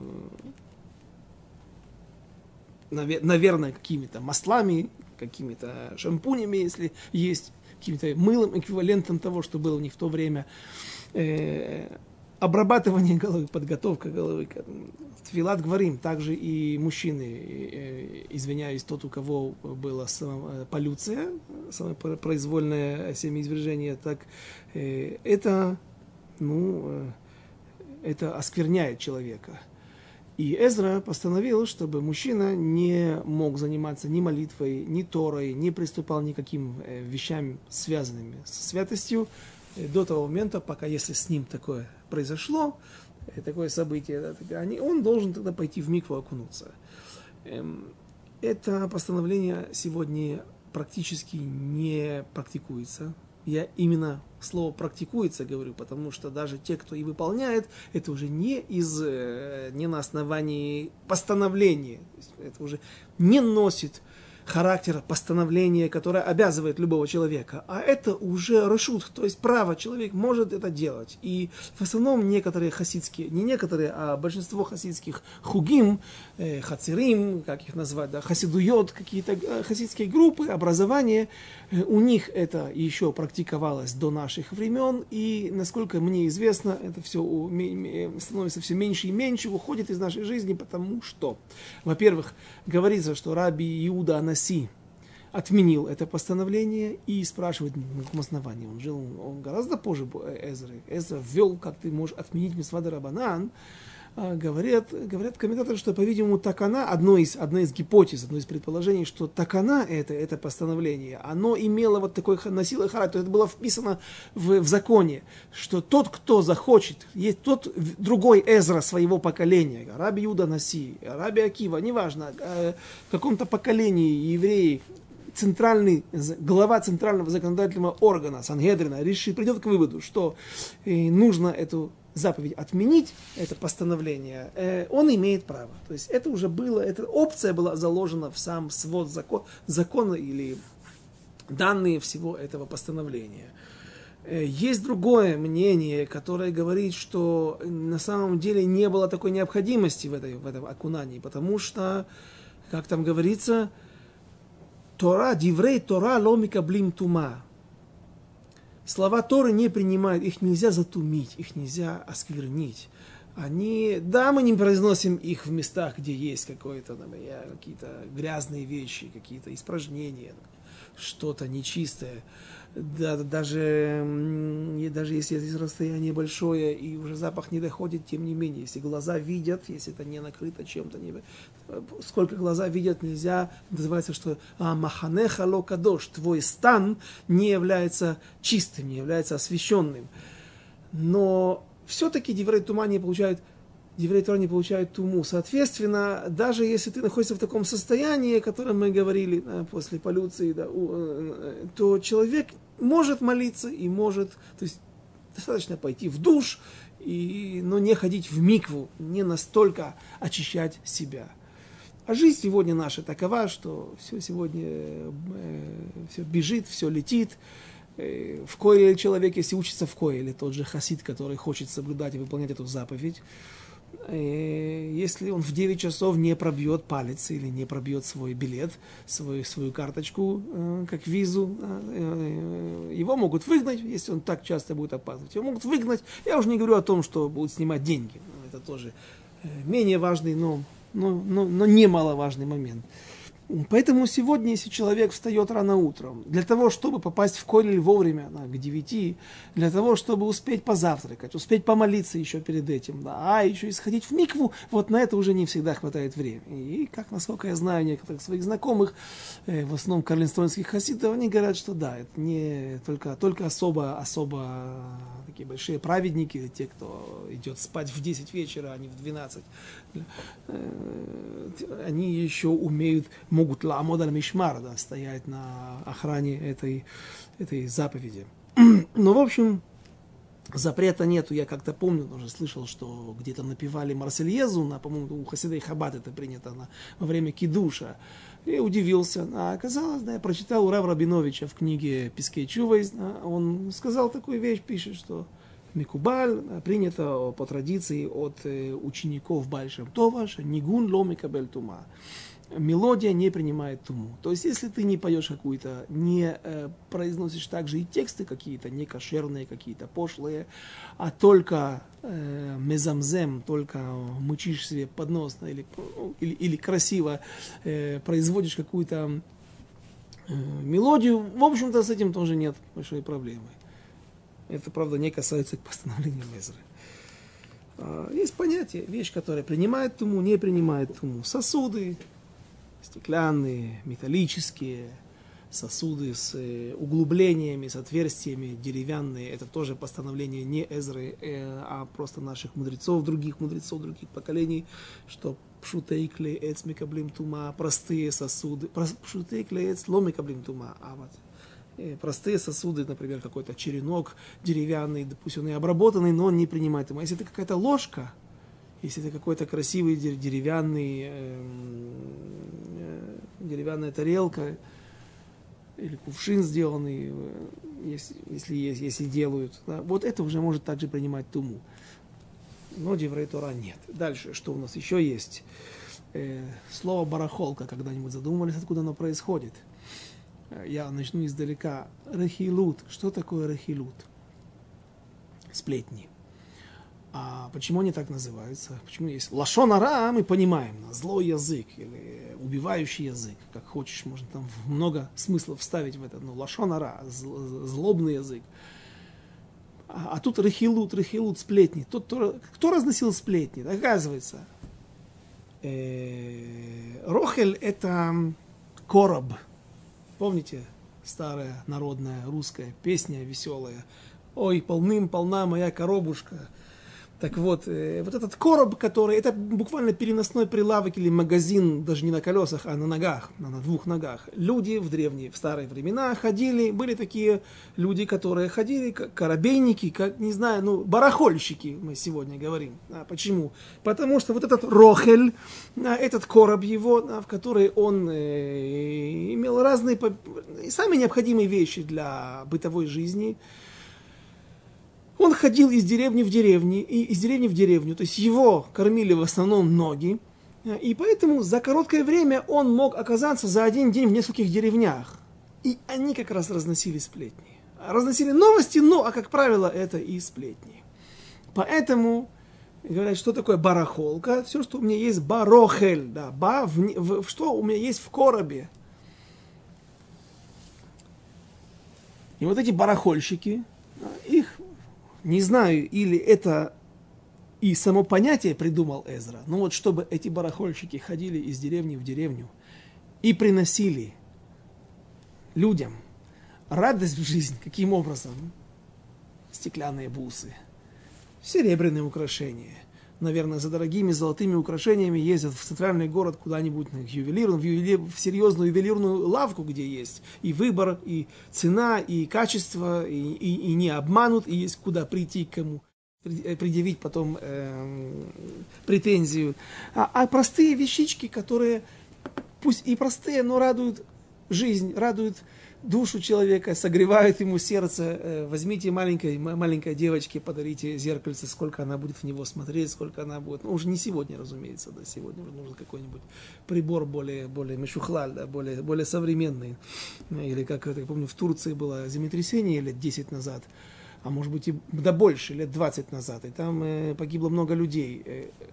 наверное, какими-то маслами, какими-то шампунями, если есть, каким-то мылом, эквивалентом того, что было у них в то время. Обрабатывание головы, подготовка головы. Тфилат говорим, также и мужчины, извиняюсь, тот, у кого была полюция, самопроизвольное семяизвержение, так это оскверняет человека. И Эзра постановил, чтобы мужчина не мог заниматься ни молитвой, ни Торой, не приступал никаким вещам, связанными со святостью, до того момента, пока, если с ним такое произошло, такое событие, он должен тогда пойти в микву окунуться. Это постановление сегодня практически не практикуется. Я именно слово «практикуется» говорю, потому что даже те, кто и выполняет, это уже не на основании постановления. Это уже не носит характер постановления, которое обязывает любого человека, а это уже решут, то есть право, человек может это делать. И в основном некоторые хасидские, не некоторые, а большинство хасидских хугим, хацирим, как их назвать, да, хасидуйот, какие-то хасидские группы, образования, у них это еще практиковалось до наших времен, и, насколько мне известно, это все становится все меньше и меньше, уходит из нашей жизни, потому что, во-первых, говорится, что раби Иуда Анаси отменил это постановление и спрашивает, на каком основании. Он гораздо позже Эзры. Эзра ввел, как ты можешь отменить мицва де рабанан. Говорят комментаторы, что, по-видимому, такана, одна из гипотез, одно из предположений, что такана это постановление, оно имело вот такой, носило характер, это было вписано в законе, что тот, кто захочет, есть тот другой Эзра своего поколения, раби Иуда Наси, раби Акива, неважно, в каком-то поколении евреи, глава центрального законодательного органа Сангедрина придет к выводу, что нужно эту заповедь отменить, это постановление, он имеет право. То есть это уже было, эта опция была заложена в сам свод закона или данные всего этого постановления. Есть другое мнение, которое говорит, что на самом деле не было такой необходимости в этом окунании, потому что, как там говорится, Тора, диврей Тора ломика блим тума. Слова Торы не принимают, их нельзя затумить, их нельзя осквернить. Да, мы не произносим их в местах, где есть какие-то грязные вещи, какие-то испражнения, что-то нечистое. Даже если здесь расстояние большое и уже запах не доходит, тем не менее, если глаза видят, если это не накрыто чем-то, сколько глаза видят, нельзя, называется, что маханеха ло кадош, твой стан не является чистым, не является освященным. Но все-таки диврей Тора не получают туму. Соответственно, даже если ты находишься в таком состоянии, о котором мы говорили после полюции, то человек может молиться и может, то есть достаточно пойти в душ, но не ходить в микву, не настолько очищать себя. А жизнь сегодня наша такова, что все сегодня все бежит, все летит. В коэле человек, если учится в коэле, тот же хасид, который хочет соблюдать и выполнять эту заповедь, если он в 9 часов не пробьет палец или не пробьет свой билет, свою карточку, как визу, его могут выгнать, если он так часто будет опаздывать. Его могут выгнать. Я уже не говорю о том, что будут снимать деньги. Это тоже менее важный, но немаловажный момент. Поэтому сегодня, если человек встает рано утром, для того, чтобы попасть в колель вовремя, к 9, для того, чтобы успеть позавтракать, успеть помолиться еще перед этим, еще и сходить в микву, вот на это уже не всегда хватает времени. И, насколько я знаю некоторых своих знакомых, в основном карлинстонских хасидов, они говорят, что да, это не только особо такие большие праведники, те, кто идет спать в 10 вечера, а не в 12, они еще могут ламод аль-мишмар, стоять на охране этой заповеди. Но, в общем, запрета нету. Я как-то помню, уже слышал, что где-то напевали Марсельезу, по-моему, у хасидей Хаббат это принято во время кидуша. И удивился. А оказалось, я прочитал у Рав Рабиновича в книге «Пискей Чувайс», он сказал такую вещь, пишет, что Микубаль принято по традиции от учеников Бааль Шем Това, нигун ло микабель тума. Мелодия не принимает туму. То есть, если ты не поешь какую-то, не произносишь также и тексты какие-то, не кошерные, какие-то пошлые, а только мезамзем, только мычишь себе под нос, или красиво производишь какую-то мелодию, в общем-то, с этим тоже нет большой проблемы. Это, правда, не касается постановления Эзры. Есть понятие, вещь, которая принимает туму, не принимает туму. Сосуды, стеклянные, металлические, сосуды с углублениями, с отверстиями, деревянные. Это тоже постановление не Эзры, а просто наших мудрецов, других поколений, что пшутей клей эц микаблим тума, простые сосуды, пшутей клей эц ло микаблим тума, а вот простые сосуды, например, какой-то черенок деревянный, допустим, он и обработанный, но он не принимает туму. Если это какая-то ложка, если это какой-то красивый деревянный деревянная тарелка или кувшин сделанный, если делают. Да, вот это уже может также принимать туму. Но Деврей Тора нет. Дальше, что у нас еще есть? Слово барахолка, когда-нибудь задумывались, откуда оно происходит? Я начну издалека. Рахилут. Что такое рахилут? Сплетни. А почему они так называются? Почему есть лашон ара, мы понимаем, злой язык или убивающий язык, как хочешь, можно там много смыслов вставить в это, но лашон ара, злобный язык. А тут рахилут, сплетни. Кто разносил сплетни? Оказывается, Рохель – это короб. Помните старая народная русская песня веселая? Ой, полна моя коробушка. Так вот, вот этот короб, который, это буквально переносной прилавок или магазин, даже не на колесах, а на ногах, на двух ногах. Люди в старые времена ходили, были такие люди, которые ходили, как коробейники, как, не знаю, барахольщики, мы сегодня говорим. Почему? Потому что вот этот рохель, этот короб его, в который он имел разные, самые необходимые вещи для бытовой жизни. Он ходил из деревни в деревню, то есть его кормили в основном ноги, и поэтому за короткое время он мог оказаться за один день в нескольких деревнях. И они как раз разносили сплетни. Разносили новости, как правило, это и сплетни. Поэтому говорят, что такое барахолка? Все, что у меня есть барохель, да, что у меня есть в коробе. И вот эти барахольщики, их... Не знаю, или это и само понятие придумал Эзра, но вот чтобы эти барахольщики ходили из деревни в деревню и приносили людям радость в жизнь, каким образом? Стеклянные бусы, серебряные украшения. Наверное, за дорогими золотыми украшениями ездят в центральный город куда-нибудь к ювелиру, в серьезную ювелирную лавку, где есть и выбор, и цена, и качество, и не обманут, и есть куда прийти, к кому предъявить потом претензию. А простые вещички, которые, пусть и простые, но радуют жизнь, радуют душу человека, согревают ему сердце. Возьмите маленькой девочке, подарите зеркальце, сколько она будет в него смотреть, сколько она будет. Уже не сегодня, разумеется, да, сегодня нужен какой-нибудь прибор более мешухлаль, да, более современный. Или, как я помню, в Турции было землетрясение лет 10 назад, а может быть и больше, лет 20 назад, и там погибло много людей.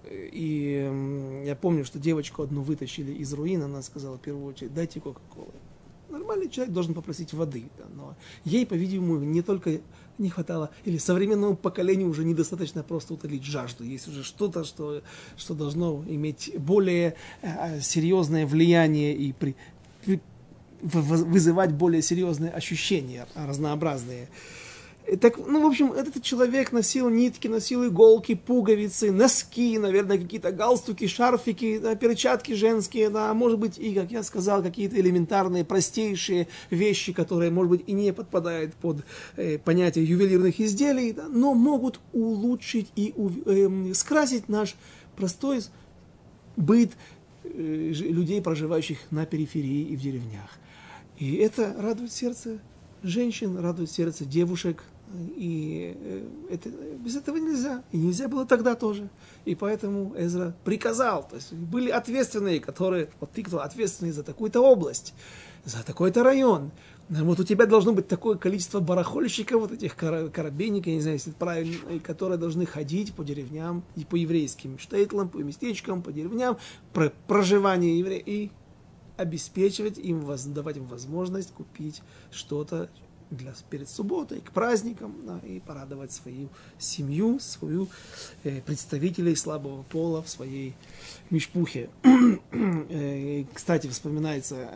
И я помню, что девочку одну вытащили из руин, она сказала в первую очередь: дайте кока-колы. Нормальный человек должен попросить воды, да, но ей, по-видимому, не только не хватало, или современному поколению уже недостаточно просто утолить жажду. Есть уже что-то, что должно иметь более серьезное влияние и вызывать более серьезные ощущения, разнообразные. Так, в общем, этот человек носил нитки, носил иголки, пуговицы, носки, наверное, какие-то галстуки, шарфики, да, перчатки женские, да, может быть, и, как я сказал, какие-то элементарные, простейшие вещи, которые, может быть, и не подпадают под понятие ювелирных изделий, да, но могут улучшить и скрасить наш простой быт людей, проживающих на периферии и в деревнях. И это радует сердце женщин, радует сердце девушек, и без этого нельзя. И нельзя было тогда тоже. И поэтому Эзра приказал. То есть были ответственные, вот ты, кто ответственный за такую-то область, за такой-то район. Вот у тебя должно быть такое количество барахольщиков, вот этих коробейников, я не знаю, если это правильно, которые должны ходить по деревням, и по еврейским штейтлам, по местечкам, по деревням, про проживание евреев, и обеспечивать им, давать им возможность купить что-то перед субботой, к праздникам, да, и порадовать свою семью, представителей слабого пола в своей мишпухе. Кстати, вспоминается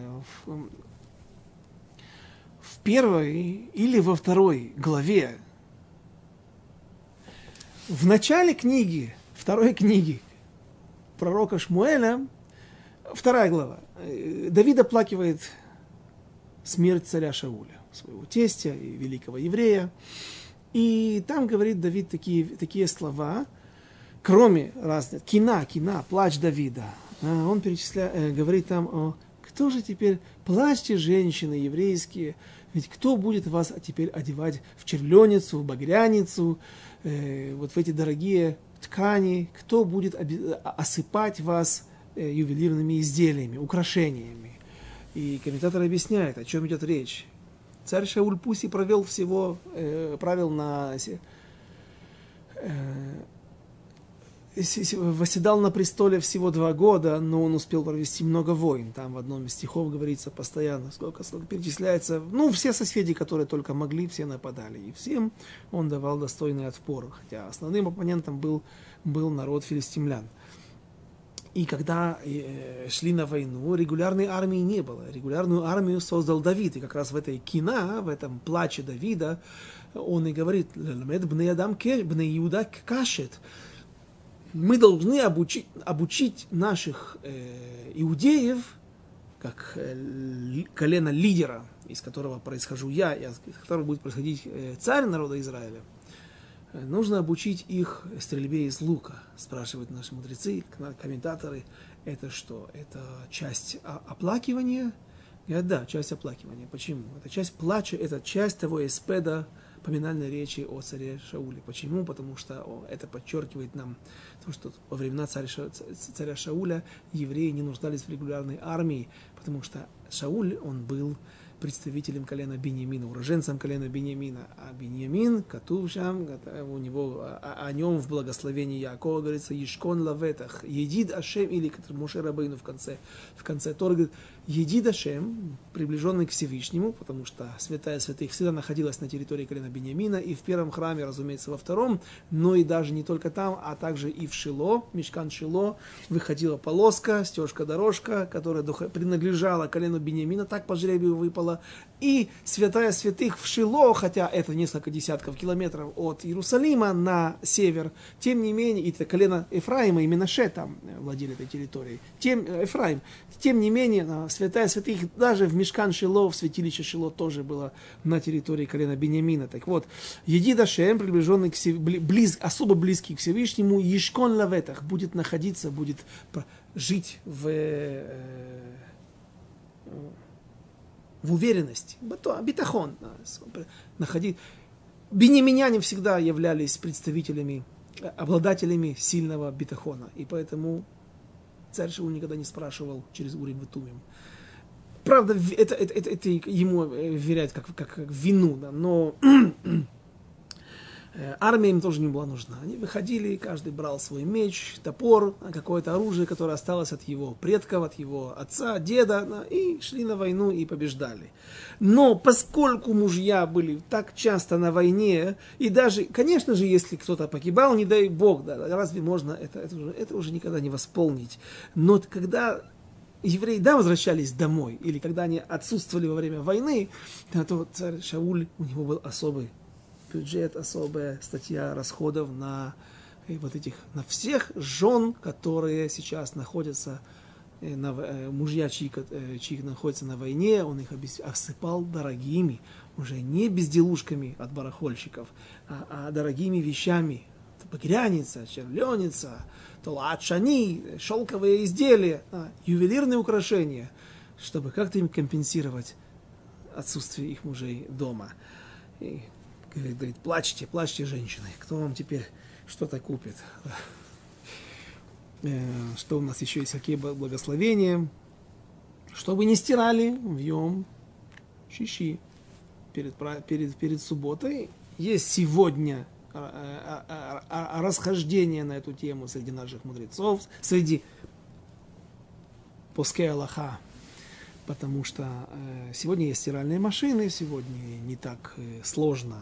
в первой или во второй главе, в начале второй книги пророка Шмуэля, 2 глава, Давид оплакивает смерть царя Шауля, своего тестя и великого еврея. И там говорит Давид такие слова, кроме разных, кина, плач Давида. Он говорит там о кто же теперь, плачьте, женщины еврейские, ведь кто будет вас теперь одевать в червленицу, в багряницу, вот в эти дорогие ткани, кто будет осыпать вас ювелирными изделиями, украшениями. И комментатор объясняет, о чем идет речь. Царь Шауль пусть и правил восседал на престоле всего 2 года, но он успел провести много войн. Там в одном из стихов говорится постоянно, сколько перечисляется. Все соседи, которые только могли, все нападали. И всем он давал достойный отпор. Хотя основным оппонентом был народ филистимлян. И когда шли на войну, регулярной армии не было. Регулярную армию создал Давид. И как раз в этой кина, в этом плаче Давида, он и говорит, «Бней Иуда кашет». Мы должны обучить наших иудеев, как колено лидера, из которого происхожу я, из которого будет происходить царь народа Израиля. Нужно обучить их стрельбе из лука, спрашивают наши мудрецы, комментаторы. Это что? Это часть оплакивания? Говорят, да, часть оплакивания. Почему? Это часть плача, это часть того эспеда, поминальной речи о царе Шауле. Почему? Потому что это подчеркивает нам то, что во времена царя Шауля евреи не нуждались в регулярной армии, потому что Шауль, он был представителем колена Биньямина, уроженцем колена Биньямина. А Биньямин, Катувшам, у него, о нем в благословении Яакова говорится, Ешкон лаветах, Едид Ашем, или Моше Рабейну в конце Торы говорит, Едид Ашем, приближенный к Всевышнему, потому что святая святых всегда находилась на территории колена Биньямина, и в первом храме, разумеется, во втором, но и даже не только там, а также и в Шило, Мишкан Шило, выходила полоска, стежка-дорожка, которая принадлежала колену Биньямина, так по жребию выпала. И святая святых в Шило, хотя это несколько десятков километров от Иерусалима на север, тем не менее, и это колено Ефраима и Менаше там владели этой территорией, Ефраим, тем не менее, святая святых даже в Мишкан Шило, в святилище Шило тоже было на территории колена Биньямина. Так вот, Едид Ашем, приближенный особо близкий к Всевышнему, Ешкон лаветах, будет находиться, будет жить в уверенности, битахон, находить. Биньяминяне всегда являлись представителями, обладателями сильного битахона, и поэтому царь Шауль никогда не спрашивал через Урим и Тумим. Правда, это ему верять как вину, да, но армия им тоже не была нужна. Они выходили, каждый брал свой меч, топор, какое-то оружие, которое осталось от его предков, от его отца, деда, и шли на войну и побеждали. Но поскольку мужья были так часто на войне, и даже, конечно же, если кто-то погибал, не дай бог, да, разве можно это уже никогда не восполнить. Но когда евреи, возвращались домой, или когда они отсутствовали во время войны, то царь Шауль, у него был особый бюджет, особая статья расходов на всех жен, которые сейчас находятся, мужья, чьи находятся на войне, он их осыпал дорогими, уже не безделушками от барахольщиков, а дорогими вещами. Багряница, червленица, толачани, шелковые изделия, ювелирные украшения, чтобы как-то им компенсировать отсутствие их мужей дома. И говорит, плачьте, женщины, кто вам теперь что-то купит? Что у нас еще есть, какие благословения? Чтобы не стирали в Йом Шиши перед субботой. Есть сегодня расхождение на эту тему среди наших мудрецов, среди поскей Аллаха, потому что сегодня есть стиральные машины, сегодня не так сложно.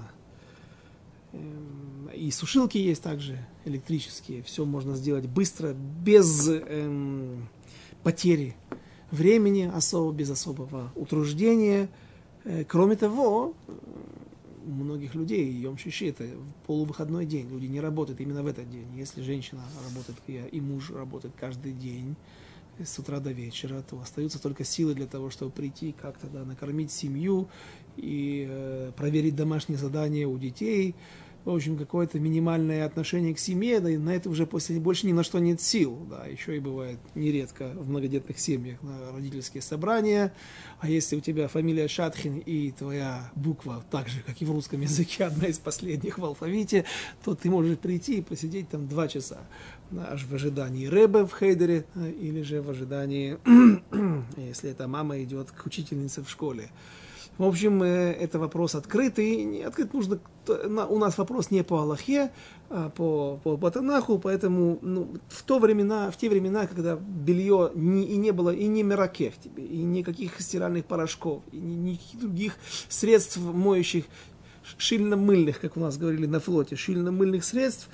И сушилки есть также электрические. Все можно сделать быстро, без потери времени, без особого утруждения. Кроме того, у многих людей Йом Шиши это полувыходной день. Люди не работают именно в этот день. Если женщина работает и муж работает каждый день с утра до вечера, то остаются только силы для того, чтобы прийти как-то накормить семью и проверить домашние задания у детей, в общем, какое-то минимальное отношение к семье, да, и на это уже после больше ни на что нет сил, да, еще и бывает нередко в многодетных семьях родительские собрания, а если у тебя фамилия Шатхин и твоя буква, так же, как и в русском языке, одна из последних в алфавите, то ты можешь прийти и посидеть там 2 часа, да, аж в ожидании рэбе в хейдере, или же в ожидании, если эта мама идет к учительнице в школе. В общем, это вопрос открытый. Открыть нужно. У нас вопрос не по Аллахе, а по Танаху, поэтому в те времена, когда белье не было и не мераке в тебе, и никаких стиральных порошков, и никаких других средств моющих, шильно-мыльных, как у нас говорили на флоте, шильно-мыльных средств,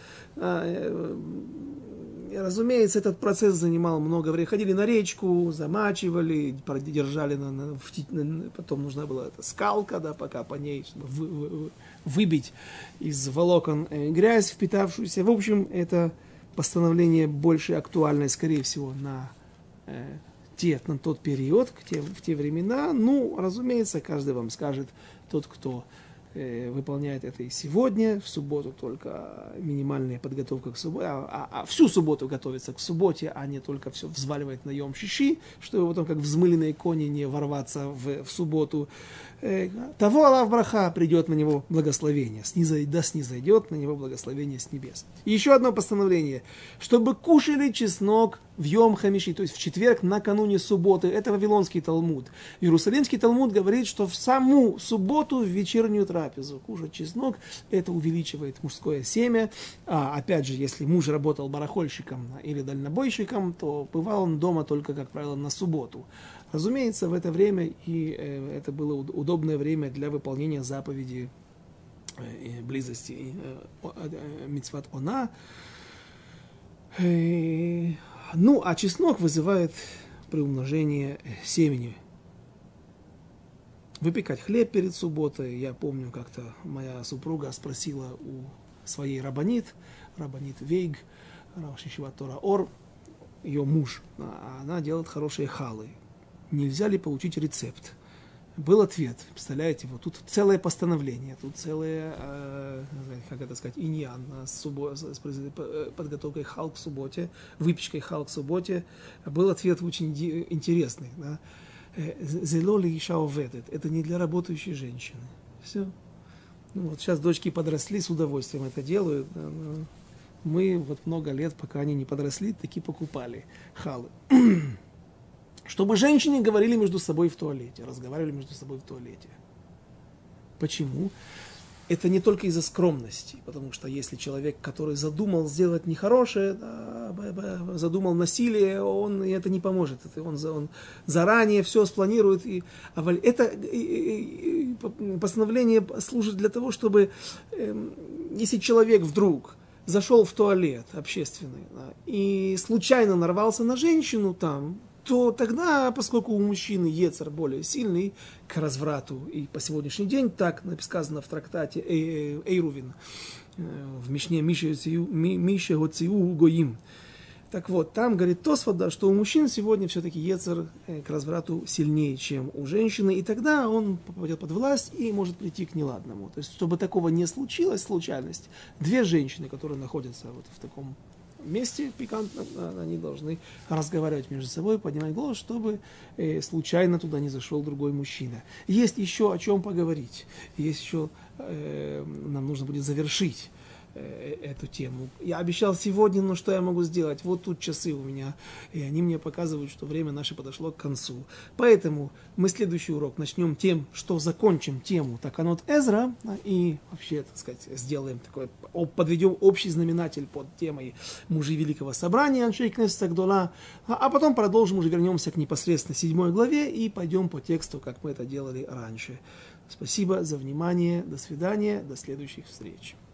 разумеется, этот процесс занимал много времени. Ходили на речку, замачивали, держали, потом нужна была эта скалка, да, пока по ней, чтобы выбить из волокон грязь, впитавшуюся. В общем, это постановление больше актуальное, скорее всего, на тот период, в те времена. Разумеется, каждый вам скажет, тот, кто выполняет это и сегодня, в субботу только минимальная подготовка к субботе, а всю субботу готовится к субботе, а не только все взваливать на Йом Шиши, чтобы потом как взмыленные кони не ворваться в субботу. Того Аллах браха, придет на него благословение, снизойдет на него благословение с небес. И еще одно постановление, чтобы кушали чеснок в Йом Хамиши, то есть в четверг накануне субботы. Это Вавилонский Талмуд. Иерусалимский Талмуд говорит, что в саму субботу, в вечернюю трапезу кушать чеснок, это увеличивает мужское семя. Опять же, если муж работал барахольщиком или дальнобойщиком, то бывал он дома только, как правило, на субботу. Разумеется, в это время и это было удобное время для выполнения заповеди близости мицват она. А чеснок вызывает приумножение семени. Выпекать хлеб перед субботой. Я помню, как-то моя супруга спросила у своей рабанит Вейг, Рав Шишиват Тора Ор, ее муж, она делает хорошие халы. Нельзя ли получить рецепт? Был ответ. Представляете, вот тут целое постановление, тут целое, как это сказать, иньян с подготовкой хал к субботе, выпечкой хал к субботе. Был ответ очень интересный. Да? Зелоли иша оведет. Это не для работающей женщины. Все. Вот сейчас дочки подросли, с удовольствием это делают. Да, но мы вот много лет, пока они не подросли, таки покупали халы. Чтобы женщины говорили между собой в туалете, разговаривали между собой в туалете. Почему? Это не только из-за скромности, потому что если человек, который задумал сделать нехорошее, задумал насилие, он это не поможет. Он заранее все спланирует. Это постановление служит для того, чтобы, если человек вдруг зашел в туалет общественный и случайно нарвался на женщину там, то тогда, поскольку у мужчины йецер более сильный к разврату, и по сегодняшний день так сказано в трактате Эйрувин, в Мишне Мише Гоциу Гоим. Так вот, там говорит Тосфот, что у мужчин сегодня все-таки йецер к разврату сильнее, чем у женщины, и тогда он попадет под власть и может прийти к неладному. То есть, чтобы такого не случилось, случайность, 2 женщины, которые находятся вот в таком месте пикантно, они должны разговаривать между собой, поднимать голос, чтобы случайно туда не зашел другой мужчина. Есть еще о чем поговорить, есть еще, нам нужно будет завершить эту тему. Я обещал сегодня, но что я могу сделать? Вот тут часы у меня, и они мне показывают, что время наше подошло к концу. Поэтому мы следующий урок начнем тем, что закончим тему Таканот Эзра, и вообще, так сказать, сделаем такой, подведем общий знаменатель под темой мужей Великого Собрания, Аншей Кнессет Гдола, а потом продолжим, уже вернемся к непосредственно 7 главе и пойдем по тексту, как мы это делали раньше. Спасибо за внимание, до свидания, до следующих встреч.